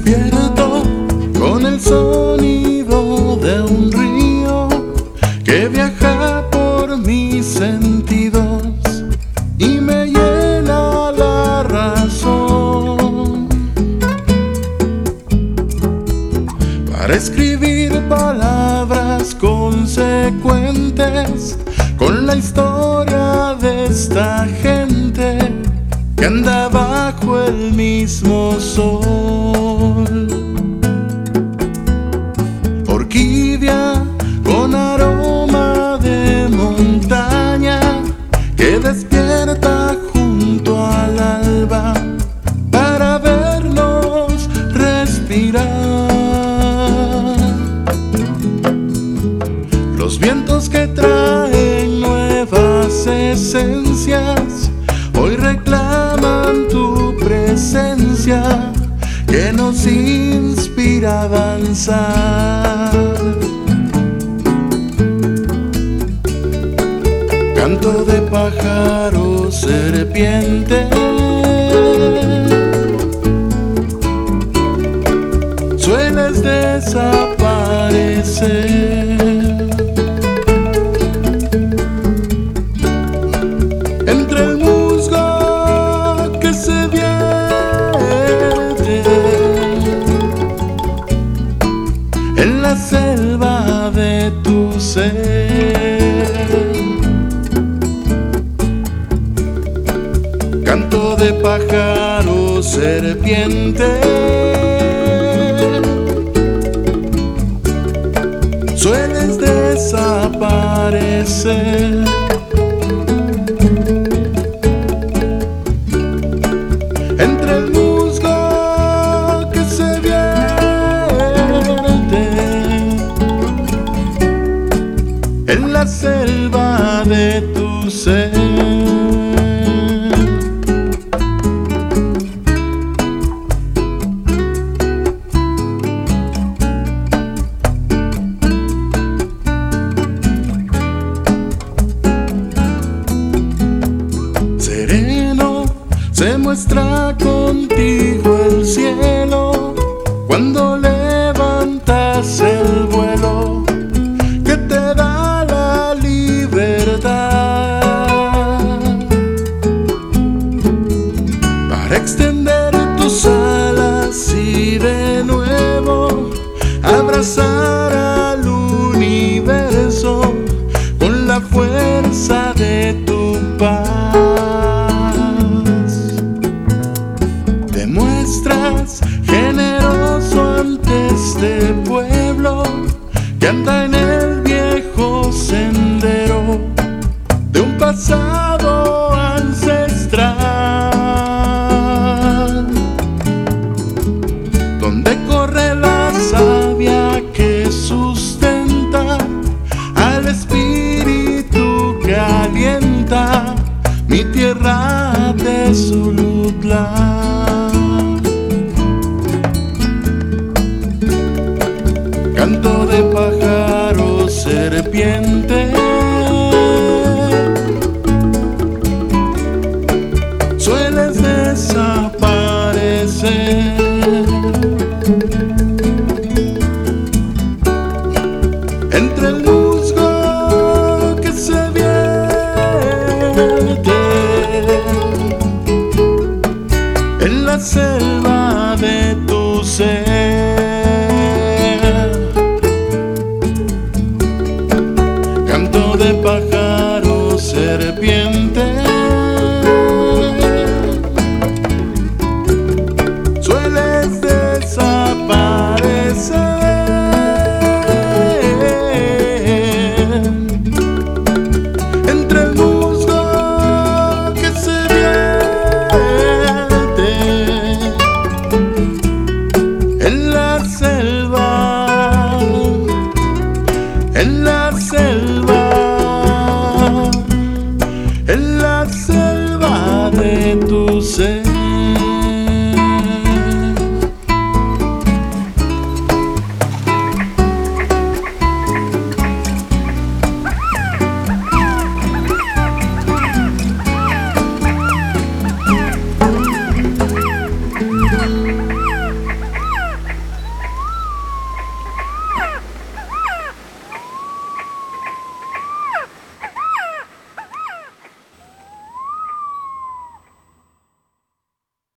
Despierto con el sonido de un río que viaja por mis sentidos y me llena la razón para escribir palabras consecuentes con la historia de esta gente que anda bajo el mismo sol. Orquídea con aroma de montaña que despierta junto al alba para vernos respirar. Los vientos que traen nuevas esencias hoy reclaman tu presencia que nos inspira a avanzar. Canto de pájaro serpiente, sueles desaparecer. Entre el musgo que se vierte en la selva de tu ser, canto de pájaro serpiente, sueles desaparecer. Entre el musgo que se vierte en la selva de tu ser, sereno se muestra contigo el cielo cuando levantas el vuelo que te da la libertad para extender tus alas y de nuevo abrazar al universo con la fuerza de tu paz. Demuestras generoso ante este pueblo que anda en el viejo sendero de un pasado ancestral, donde corre la savia que sustenta al espíritu que alienta mi tierra de Xolotlán. Canto de pájaro serpiente, sueles desaparecer. Entre el musgo que se vierte en la selva de tu ser,